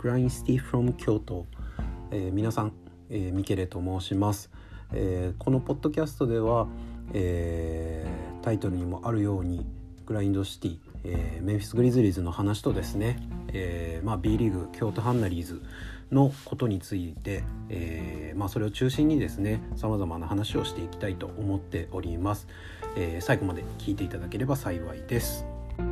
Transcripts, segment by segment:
Grind City from 京都、皆さん、ミケレと申します。このポッドキャストでは、タイトルにもあるようにグラインドシティ、メンフィスグリズリーズの話とですね、B リーグ京都ハンナリーズのことについて、それを中心にですね様々な話をしていきたいと思っております。最後まで聞いていただければ幸いです。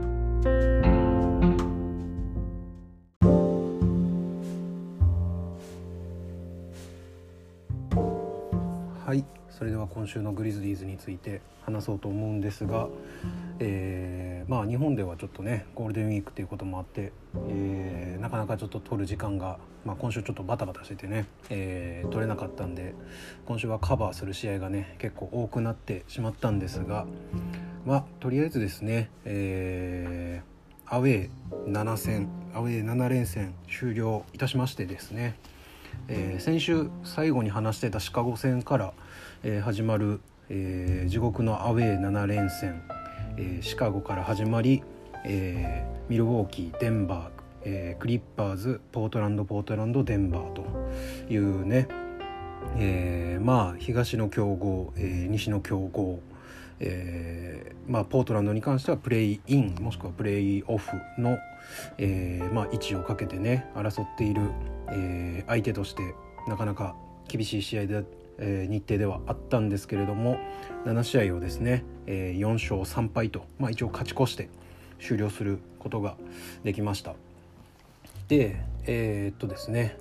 はい、それでは今週のグリズリーズについて話そうと思うんですが、日本ではちょっとねゴールデンウィークということもあって、なかなかちょっと取る時間が、今週ちょっとバタバタしててね、取れなかったんで、今週はカバーする試合がね結構多くなってしまったんですが、とりあえずですね、アウェー7連戦終了いたしましてですね、先週最後に話してたシカゴ戦から、始まる、地獄のアウェー7連戦、シカゴから始まり、ミルウォーキー、デンバー、クリッパーズ、ポートランド、デンバーというね、東の強豪、西の強豪、ポートランドに関してはプレイインもしくはプレイオフの、位置をかけてね争っている、相手としてなかなか厳しい試合で、日程ではあったんですけれども、7試合をですね、4勝3敗と、一応勝ち越して終了することができました。でですね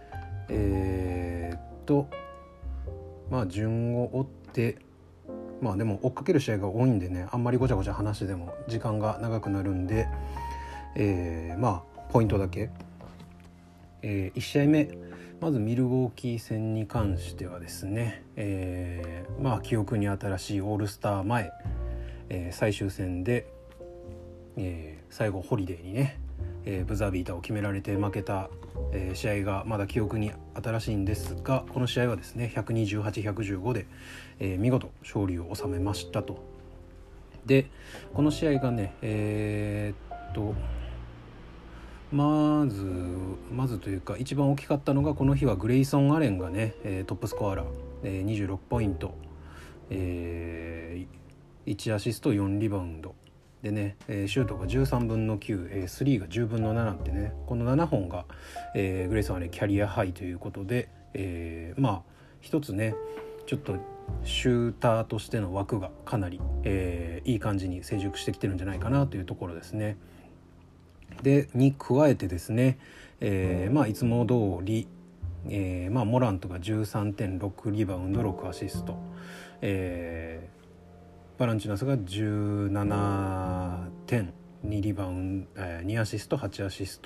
順を追ってでも追っかける試合が多いんでね、あんまりごちゃごちゃ話しても時間が長くなるんで、ポイントだけ、1試合目まずミルウォーキー戦に関してはですね、記憶に新しいオールスター前、最終戦で、最後ホリデーにね、ブザービーターを決められて負けた、試合がまだ記憶に新しいんですが、この試合はですね128-115で、見事勝利を収めましたと。でこの試合がねまずというか一番大きかったのが、この日はグレイソン・アレンがねトップスコアラー、26ポイント、1アシスト4リバウンドでね、シュートが13分の9、スリーが10分の7ってね、この7本が、グレイソン・アレンキャリアハイということで、一つねちょっとシューターとしての枠がかなり、いい感じに成熟してきてるんじゃないかなというところですね。でに加えてですね、いつも通り、モラントが 13.6 リバウンド6アシスト、バランチュナスが17点2リバウンド、2アシスト8アシスト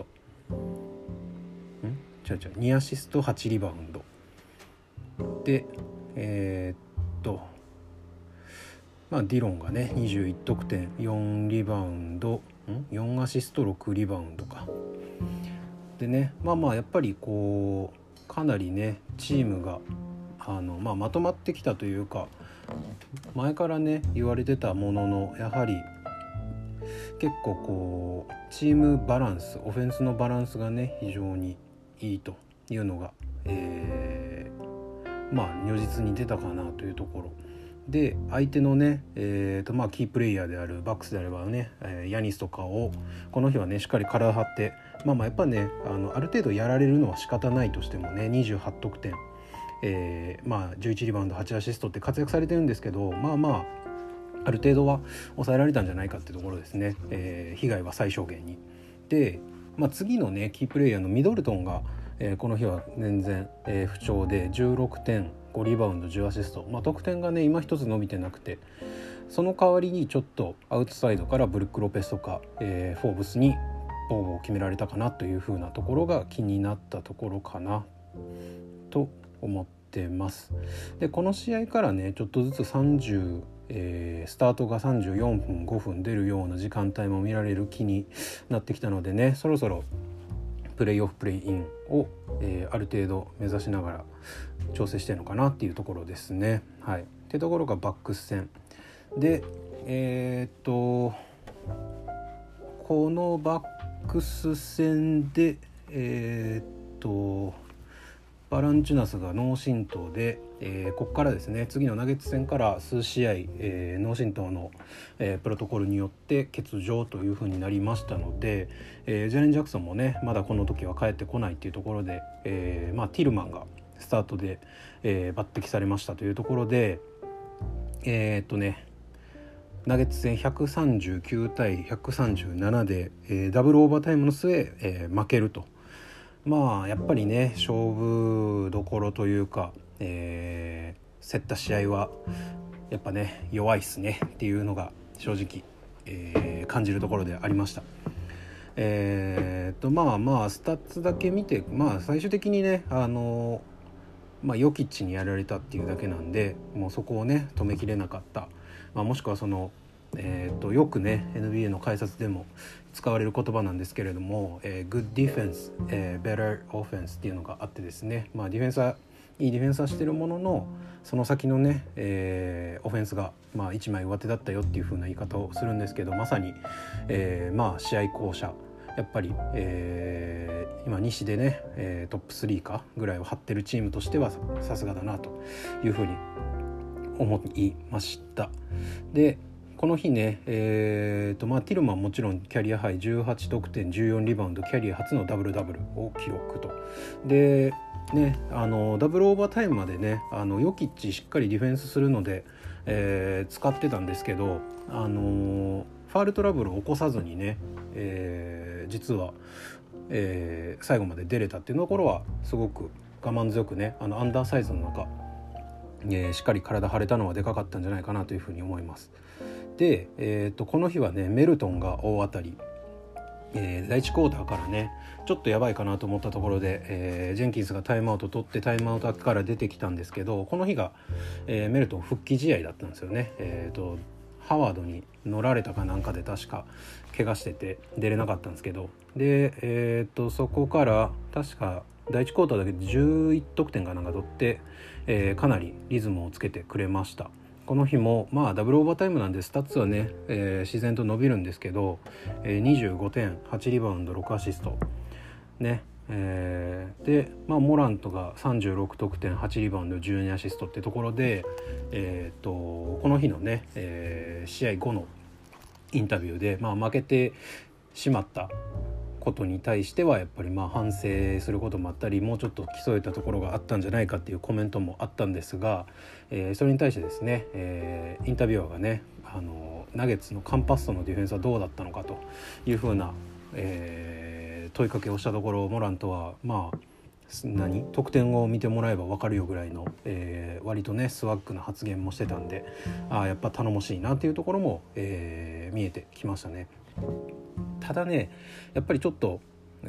2アシスト8リバウンドで、ディロンがね21得点4リバウンド4アシスト6リバウンドかでね、やっぱりこうかなりねチームがまとまってきたというか、前からね言われてたものの、やはり結構こうチームバランス、オフェンスのバランスがね非常にいいというのが、如実に出たかなというところで、相手のね、キープレイヤーであるバックスであればね、ヤニスとかをこの日はねしっかり体張って、やっぱねある程度やられるのは仕方ないとしてもね28得点、11リバウンド8アシストって活躍されてるんですけど、ある程度は抑えられたんじゃないかっていうところですね、被害は最小限に。で、次のねキープレイヤーのミドルトンが、この日は全然、不調で16点5リバウンド10アシスト、得点がね今一つ伸びてなくて、その代わりにちょっとアウトサイドからブルック・ロペスとか、フォーブスにボールを決められたかなという風なところが気になったところかなと思ってます。でこの試合からねちょっとずつスタートが34分5分出るような時間帯も見られる気になってきたのでね、そろそろプレイオフプレイインを、ある程度目指しながら調整してるのかなっていうところですね。はい。ってところがバックス戦で、このバックス戦で、 バランチュナスが脳震盪で、ここからですね次のナゲッツ戦から数試合、脳震盪の、プロトコルによって欠場というふうになりましたので、ジャレン・ジャクソンもねまだこの時は帰ってこないっていうところで、ティルマンがスタートで、抜擢されましたというところでナゲッツ戦139対137で、ダブルオーバータイムの末、負けると。やっぱりね勝負どころというか、競った試合はやっぱね弱いっすねっていうのが正直、感じるところでありました。スタッツだけ見て、最終的にねヨキッチにやられたっていうだけなんで、もうそこをね止めきれなかった、もしくはそのよくね NBA の解説でも使われる言葉なんですけれども、Good defense, better offense っていうのがあってですね、ディフェンスはいいディフェンスはしてるもののその先のね、オフェンスが一枚上手だったよっていう風な言い方をするんですけど、まさに、試合巧者やっぱり、今西でね、トップ3かぐらいを張ってるチームとしてはさすがだなという風に思いました。でこの日ね、ティルマンもちろんキャリアハイ18得点14リバウンドキャリア初のダブルダブルを記録と。でねダブルオーバータイムまでねヨキッチしっかりディフェンスするので、使ってたんですけどファールトラブルを起こさずにね、実は、最後まで出れたっていうところはすごく我慢強くねアンダーサイズの中、しっかり体張れたのはでかかったんじゃないかなというふうに思います。で、この日はねメルトンが大当たり、第1クォーターからねちょっとやばいかなと思ったところで、ジェンキンスがタイムアウト取ってタイムアウト明けから出てきたんですけど、この日が、メルトン復帰試合だったんですよね。ハワードに乗られたかなんかで確か怪我してて出れなかったんですけど、で、そこから確か第1クォーターだけで11得点かなんか取って、かなりリズムをつけてくれました。この日もダブルオーバータイムなんでスタッツはね、自然と伸びるんですけど、25点8リバウンド6アシストね、で、モラントが36得点8リバウンド12アシストってところで、この日のね、試合後のインタビューで、負けてしまったことに対してはやっぱり反省することもあったり、もうちょっと競えたところがあったんじゃないかっていうコメントもあったんですが、それに対してですね、インタビュアーがねナゲッツのカンパッソのディフェンスはどうだったのかというふうな、問いかけをしたところ、モラントは得点を見てもらえば分かるよぐらいの、割とねスワッグな発言もしてたんで、やっぱ頼もしいなっていうところも、見えてきましたね。ただねやっぱりちょっと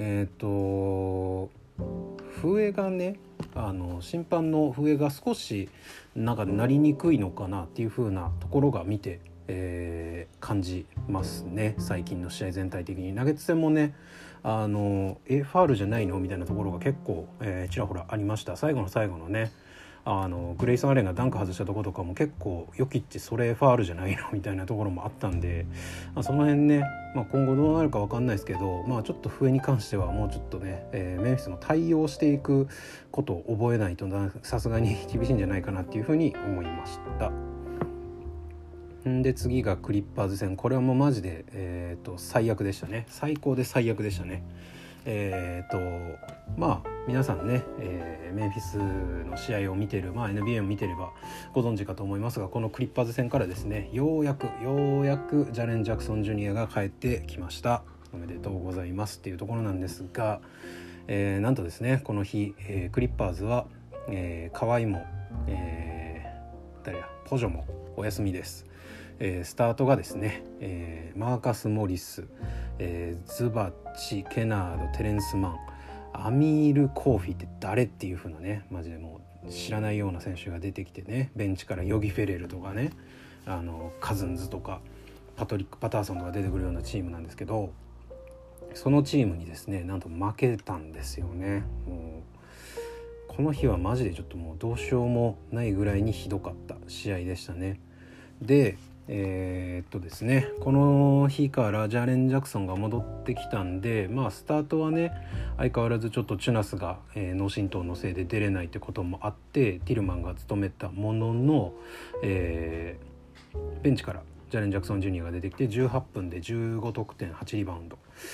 笛がね審判の笛が少しなりにくいのかなっていう風なところが見て、感じますね。最近の試合全体的にナゲッツ戦もねファールじゃないのみたいなところが結構、ちらほらありました。最後の最後のねグレイソン・アレンがダンク外したところとかも結構ヨキッチそれファールじゃないのみたいなところもあったんで、その辺ね、今後どうなるか分かんないですけど、ちょっと笛に関してはもうちょっとね、メンフィスも対応していくことを覚えないとさすがに厳しいんじゃないかなっていうふうに思いました。で次がクリッパーズ戦、これはもうマジで、最悪でしたね。最高で最悪でしたね。皆さんね、メンフィスの試合を見てる、NBA を見てればご存知かと思いますが、このクリッパーズ戦からですねようやくジャレン・ジャクソン・ジュニアが帰ってきました。おめでとうございますっていうところなんですが、なんとですねこの日、クリッパーズは、河合も、ポジョもお休みです。スタートがですね、マーカス・モリス、ズバッチ、ケナード、テレンス・マン、アミール・コーフィーって誰っていう風なねマジでもう知らないような選手が出てきてね、ベンチからヨギ・フェレルとかねカズンズとかパトリック・パターソンとか出てくるようなチームなんですけど、そのチームにですねなんと負けたんですよね。もうこの日はマジでちょっともうどうしようもないぐらいにひどかった試合でしたね。でですね、この日からジャレン・ジャクソンが戻ってきたんで、スタートはね相変わらずちょっとチュナスが、脳震盪のせいで出れないってこともあってティルマンが務めたものの、ベンチからジャレン・ジャクソンジュニアが出てきて18分で15得点8リバウンド、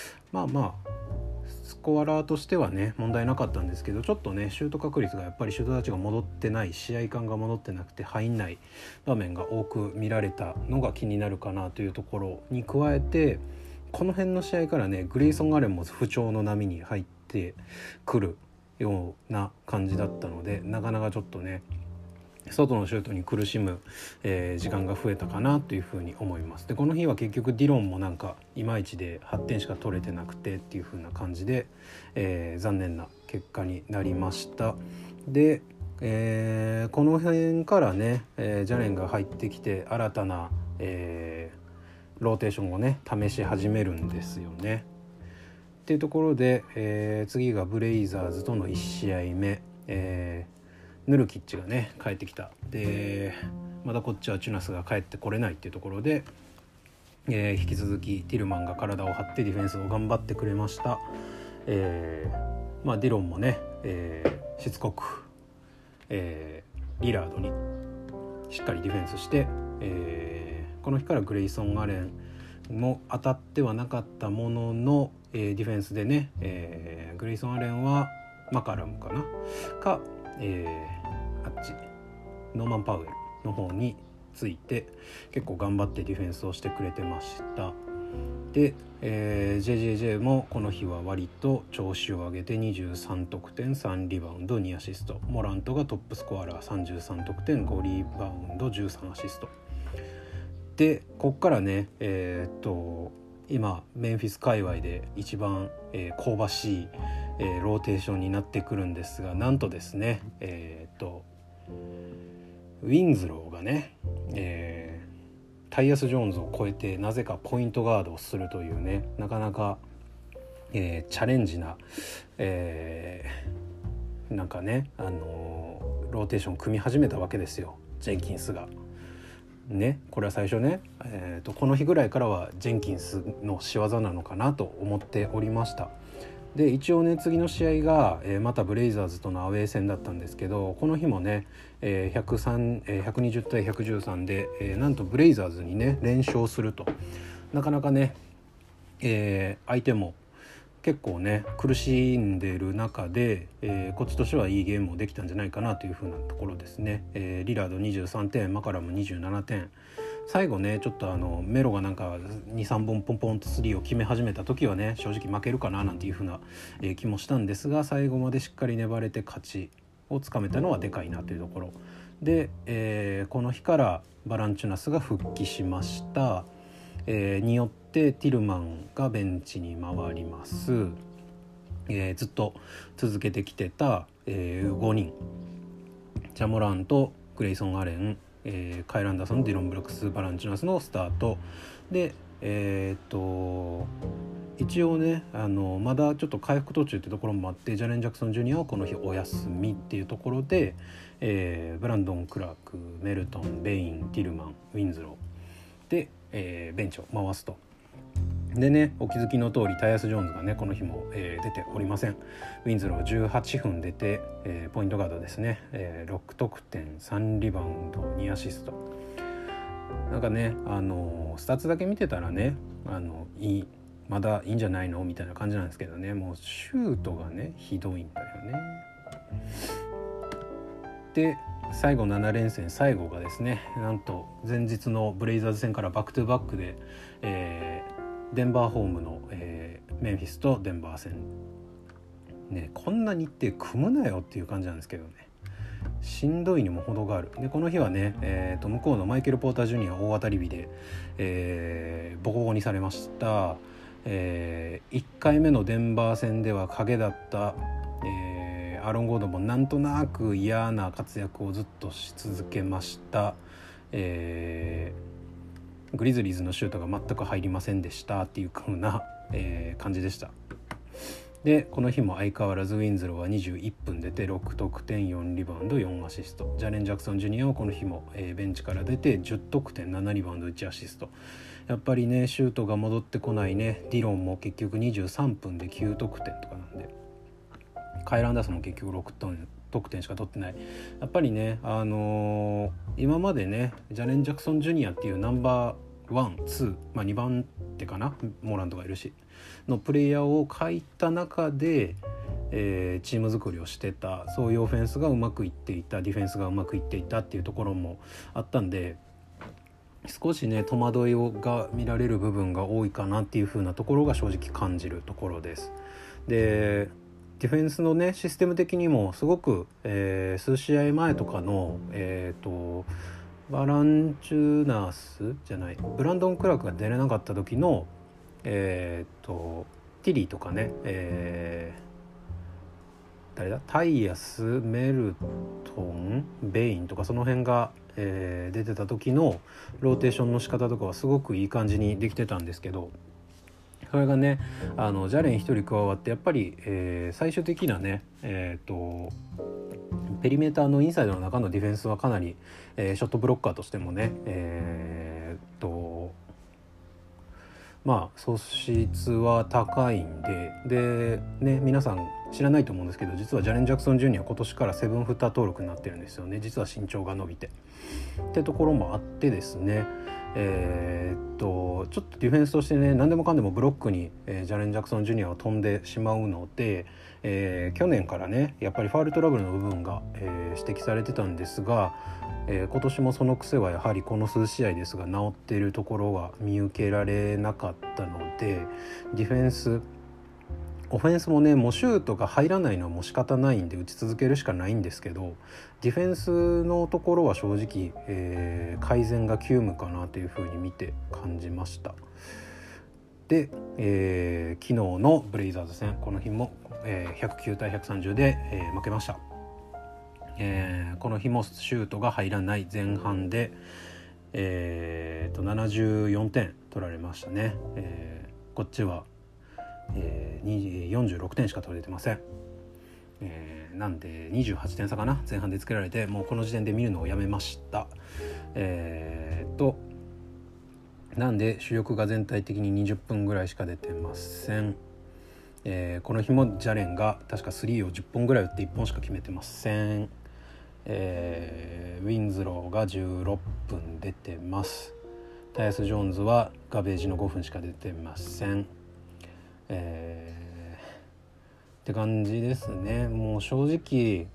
スコアラーとしてはね問題なかったんですけど、ちょっとねシュート確率がやっぱりシュートたちが戻ってない、試合感が戻ってなくて入んない場面が多く見られたのが気になるかなというところに加えて、この辺の試合からねグレイソン・アレンも不調の波に入ってくるような感じだったので、なかなかちょっとね外のシュートに苦しむ、時間が増えたかなというふうに思います。でこの日は結局ディロンもなんかいまいちで8点しか取れてなくてっていうふうな感じで、残念な結果になりました。で、この辺からね、ジャレンが入ってきて新たな、ローテーションをね試し始めるんですよね。っていうところで、次がブレイザーズとの1試合目、ヌルキッチがね帰ってきた。でまだこっちはチュナスが帰ってこれないっていうところで、引き続きティルマンが体を張ってディフェンスを頑張ってくれました。ディロンもね、しつこく、リラードにしっかりディフェンスして、この日からグレイソン・アレンも当たってはなかったものの、ディフェンスでね、グレイソン・アレンはマカラムかなか、あっちノーマン・パウエルの方について結構頑張ってディフェンスをしてくれてました。で、JJJ もこの日は割と調子を上げて23得点3リバウンド2アシスト、モラントがトップスコアラー33得点5リバウンド13アシストで、こっからね今メンフィス界隈で一番、香ばしいローテーションになってくるんですが、なんとですね、ウィンズローがね、タイヤス・ジョーンズを超えてなぜかポイントガードをするというね、なかなか、チャレンジな、なんかね、ローテーション組み始めたわけですよ、ジェンキンスがね。これは最初ね、この日ぐらいからはジェンキンスの仕業なのかなと思っておりました。で一応ね次の試合が、またブレイザーズとのアウェー戦だったんですけど、この日もね、120対113で、なんとブレイザーズにね連勝すると、なかなかね、相手も結構ね苦しんでる中で、こっちとしてはいいゲームもできたんじゃないかなというふうなところですね。リラード23点マカラム27点、最後ねちょっとメロがなんか 2,3 本ポンポンと3を決め始めた時はね正直負けるかななんていう風な、気もしたんですが、最後までしっかり粘れて勝ちをつかめたのはでかいなというところで、この日からバランチュナスが復帰しました。によってティルマンがベンチに回ります。ずっと続けてきてた、5人ジャモラント、グレイソン・アレン、カイル・アンダーソン、ディロン・ブルックス、バランチュナスのスタートで、一応ねまだちょっと回復途中ってところもあって、ジャレン・ジャクソン・ジュニアはこの日お休みっていうところで、ブランドン・クラーク、メルトン、ベイン、ティルマン、ウィンズローで、ベンチを回すと。でね、お気づきの通りタイヤス・ジョーンズがねこの日も、出ておりません。ウィンズロー18分出て、ポイントガードですね、6得点3リバウンド2アシスト。なんかねスタッツだけ見てたらねまだいいんじゃないのみたいな感じなんですけどね、もうシュートがねひどいんだよね。で最後7連戦最後がですね、なんと前日のブレイザーズ戦からバックトゥバックで、デンバーホームの、メンフィスとデンバー戦ね、こんな日程組むなよっていう感じなんですけどね、しんどいにも程がある。でこの日はね、向こうのマイケル・ポーター・ジュニア大当たり日で、ボコボコにされました。1回目のデンバー戦では影だった、アーロン・ゴードンもなんとなく嫌な活躍をずっとし続けました。グリズリーズのシュートが全く入りませんでしたっていう風な、感じでした。 でこの日も相変わらずウィンズローは21分出て6得点4リバウンド4アシスト。ジャレン・ジャクソン・ジュニアはこの日も、ベンチから出て10得点7リバウンド1アシスト。やっぱりねシュートが戻ってこないね。ディロンも結局23分で9得点とかなんで、カイル・アンダーソンも結局6得点しか取ってない。やっぱりね、今までねジャレン・ジャクソン・ジュニアっていうナンバー1、2、2番手かな、モーランドがいるしのプレイヤーを欠いた中で、チーム作りをしてた。そういうオフェンスがうまくいっていた、ディフェンスがうまくいっていたっていうところもあったんで、少しね戸惑いが見られる部分が多いかなっていう風なところが正直感じるところです。でディフェンスのねシステム的にもすごく、数試合前とかのバランチュナースじゃないブランドン・クラークが出れなかった時のティリーとかね、誰だタイヤス、メルトン、ベインとかその辺が、出てた時のローテーションの仕方とかはすごくいい感じにできてたんですけど、それがねジャレン一人加わってやっぱり、最終的なねペリメーターのインサイドの中のディフェンスはかなり、ショットブロッカーとしてもね素質は高いんでね、皆さん知らないと思うんですけど、実はジャレン・ジャクソン・ジュニア今年からセブンフッター登録になってるんですよね。実は身長が伸びてってところもあってですね、ちょっとディフェンスとしてね何でもかんでもブロックに、ジャレン・ジャクソン・ジュニアは飛んでしまうので、去年からねやっぱりファウルトラブルの部分が、指摘されてたんですが、今年もその癖はやはりこの数試合ですが治っているところは見受けられなかったので、ディフェンスオフェンスもねもうシュートが入らないのはもう仕方ないんで打ち続けるしかないんですけど、ディフェンスのところは正直、改善が急務かなというふうに見て感じました。で、昨日のブレイザーズ戦この日も、109対130で、負けました。この日もシュートが入らない前半で、74点取られましたね。こっちは、46点しか取れてません。なんで28点差かな前半でつけられて、もうこの時点で見るのをやめました。なんで主力が全体的に20分ぐらいしか出てません。この日もジャレンが確か3を10本ぐらい打って1本しか決めてません。ウィンズローが16分出てます。タイヤス・ジョーンズはガベージの5分しか出てません。って感じですね。もう正直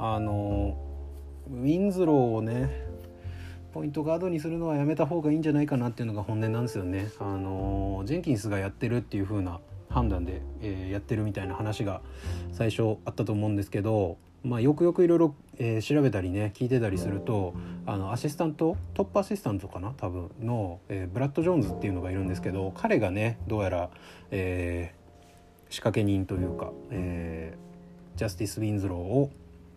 ウィンズローをねポイントガードにするのはやめた方がいいんじゃないかなっていうのが本音なんですよね。ジェンキンスがやってるっていう風な判断で、やってるみたいな話が最初あったと思うんですけど、よくよくいろいろ調べたりね聞いてたりすると、アシスタントトップアシスタントかな多分の、ブラッド・ジョーンズっていうのがいるんですけど、彼がねどうやら、仕掛け人というか、ジャスティス・ウィンズローを、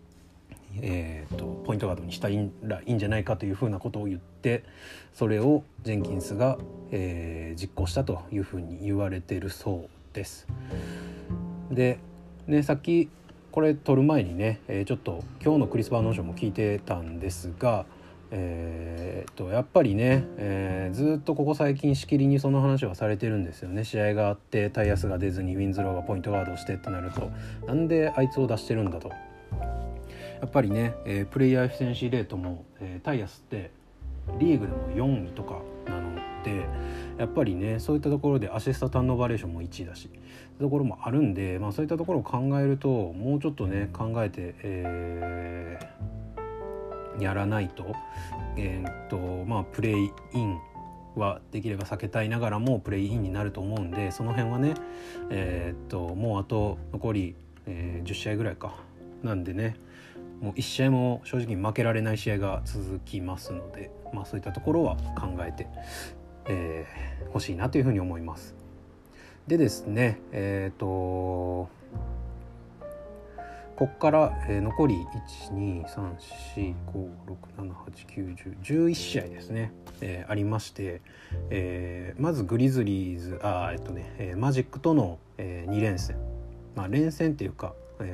ポイントガードにしたらいいんじゃないかというふうなことを言って、それをジェンキンスが、実行したというふうに言われているそうです。で、ね、さっきこれ撮る前にね、ちょっと今日のクリス・バーノンションも聞いてたんですが、やっぱりね、ずっとここ最近しきりにその話はされてるんですよね。試合があってタイヤスが出ずにウィンズローがポイントガードをしてってなると、なんであいつを出してるんだと。やっぱりね、プレイヤーエフィシェンシーレートも、タイヤスってリーグでも4位とかなので、やっぱりねそういったところでアシストターンオーバーレーションも1位だしところもあるんで、そういったところを考えるともうちょっとね考えて、やらないと、プレイインはできれば避けたいながらもプレイインになると思うんで、その辺はね、もうあと残り、10試合ぐらいかなんでね、もう1試合も正直負けられない試合が続きますので、そういったところは考えて欲しいなというふうに思います。でですね、こっから、残り 1,2,3,4,5,6,7,8,9,10,11 試合ですね、ありまして、まずグリズリーズマジックとの、2連戦連戦っていうか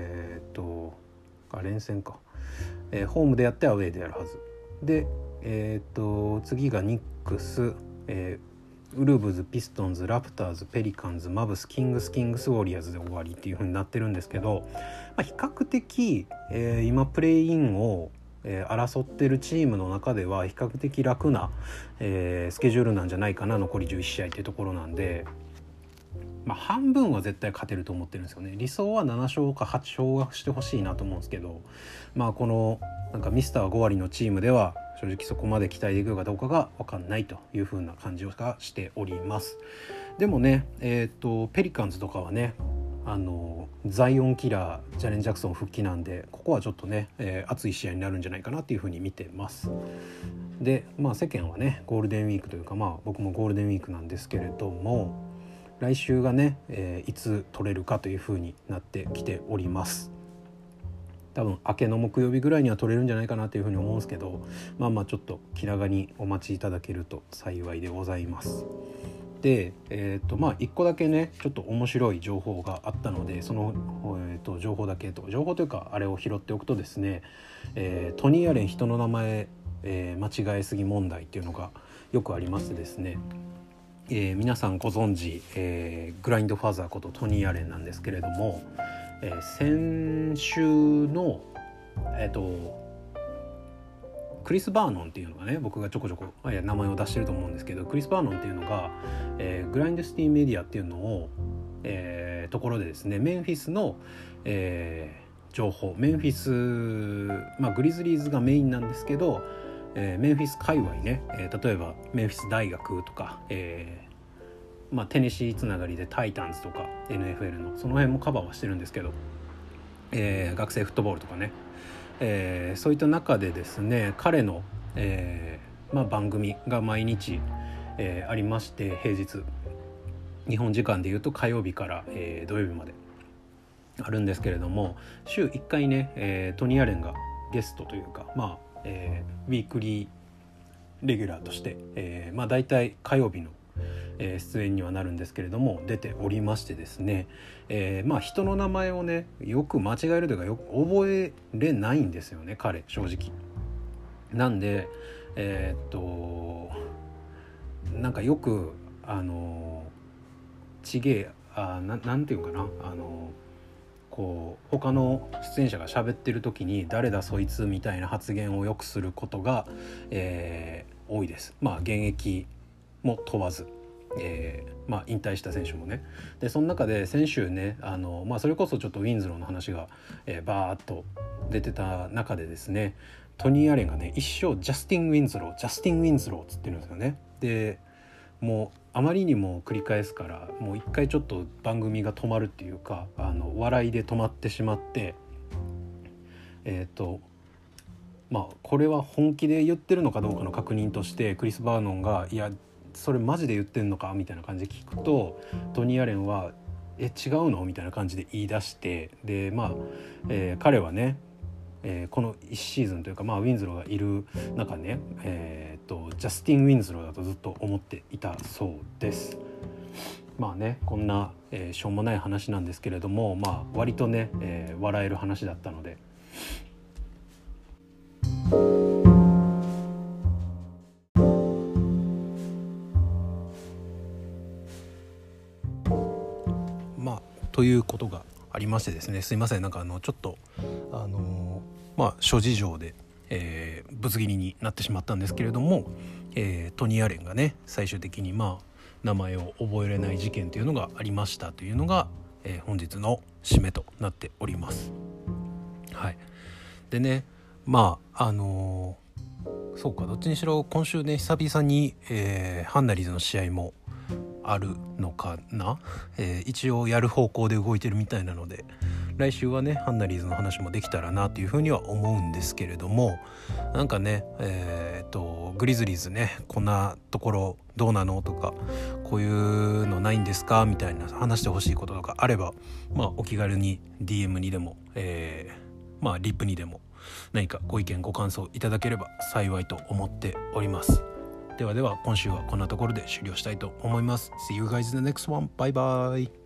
連戦か、ホームでやってアウェーでやるはずで、次がニックス、ウルブズ、ピストンズ、ラプターズ、ペリカンズ、マブス、キングス、ウォリアーズで終わりっていう風になってるんですけど、比較的、今プレイインを争ってるチームの中では比較的楽な、スケジュールなんじゃないかな。残り11試合っていうところなんで、半分は絶対勝てると思ってるんですよね。理想は7勝か8勝はしてほしいなと思うんですけど、このなんかミスター5割のチームでは正直そこまで期待できるかどうかが分かんないという風な感じがしております。でもね、ペリカンズとかはね、ザイオンキラー、ジャレン・ジャクソン復帰なんで、ここはちょっとね、熱い試合になるんじゃないかなっていう風に見てます。で、世間はねゴールデンウィークというか、僕もゴールデンウィークなんですけれども、来週がね、いつ取れるかという風になってきております。多分明けの木曜日ぐらいには取れるんじゃないかなという風に思うんですけど、ちょっと気長にお待ちいただけると幸いでございます。で、一個だけねちょっと面白い情報があったので、その、情報というかあれを拾っておくとですね、トニー・アレン人の名前、間違えすぎ問題っていうのがよくありましてですね、皆さんご存知、グラインドファーザーことトニー・アレンなんですけれども、先週の、クリス・バーノンっていうのがね、僕がちょこちょこ名前を出してると思うんですけど、クリス・バーノンっていうのが、グラインドシティメディアっていうのを、ところでですね、メンフィスの、情報、メンフィス、グリズリーズがメインなんですけど、メンフィス界隈ね、例えばメンフィス大学とか、テネシーつながりでタイタンズとか NFL のその辺もカバーはしてるんですけど、学生フットボールとかね、そういった中でですね、彼の、番組が毎日、ありまして、平日日本時間でいうと火曜日から、土曜日まであるんですけれども、週1回ね、トニー・アレンがゲストというか、ウィークリーレギュラーとして、だいたい火曜日の、出演にはなるんですけれども出ておりましてですね、人の名前をねよく間違えるというか、よく覚えれないんですよね彼、正直。なんでなんかよくちげえなんていうかな、こう他の出演者が喋ってる時に誰だそいつみたいな発言をよくすることが、多いです。現役も問わず、引退した選手もね。でその中で先週ね、それこそちょっとウィンズローの話が、バーッと出てた中でですね、トニー・アレンがね一生ジャスティン・ウィンズローっつってるんですよね。でもうあまりにも繰り返すから、もう一回ちょっと番組が止まるっていうか、笑いで止まってしまって、これは本気で言ってるのかどうかの確認としてクリス・バーノンが、いやそれマジで言ってんのかみたいな感じで聞くと、トニー・アレンは違うのみたいな感じで言い出して、で彼はね、この1シーズンというか、ウィンズローがいる中ね、ジャスティン・ウィンズローだとずっと思っていたそうです。こんな、しょうもない話なんですけれども、割とね、笑える話だったので、ということがありましてですね、すいません、ちょっと諸事情で、ぶつ切りになってしまったんですけれども、トニー・アレンがね最終的に名前を覚えれない事件というのがありましたというのが、本日の締めとなっております。はい。でね、そうか、どっちにしろ今週ね久々に、ハンナリーズの試合もあるのかな、一応やる方向で動いてるみたいなので、来週はねハンナリーズの話もできたらなというふうには思うんですけれども、なんかね、グリズリーズねこんなところどうなのとか、こういうのないんですかみたいな話してほしいこととかあれば、お気軽に DM にでも、リップにでも何かご意見ご感想いただければ幸いと思っております。では今週はこんなところで終了したいと思います。 See you guys in the next one. Bye bye.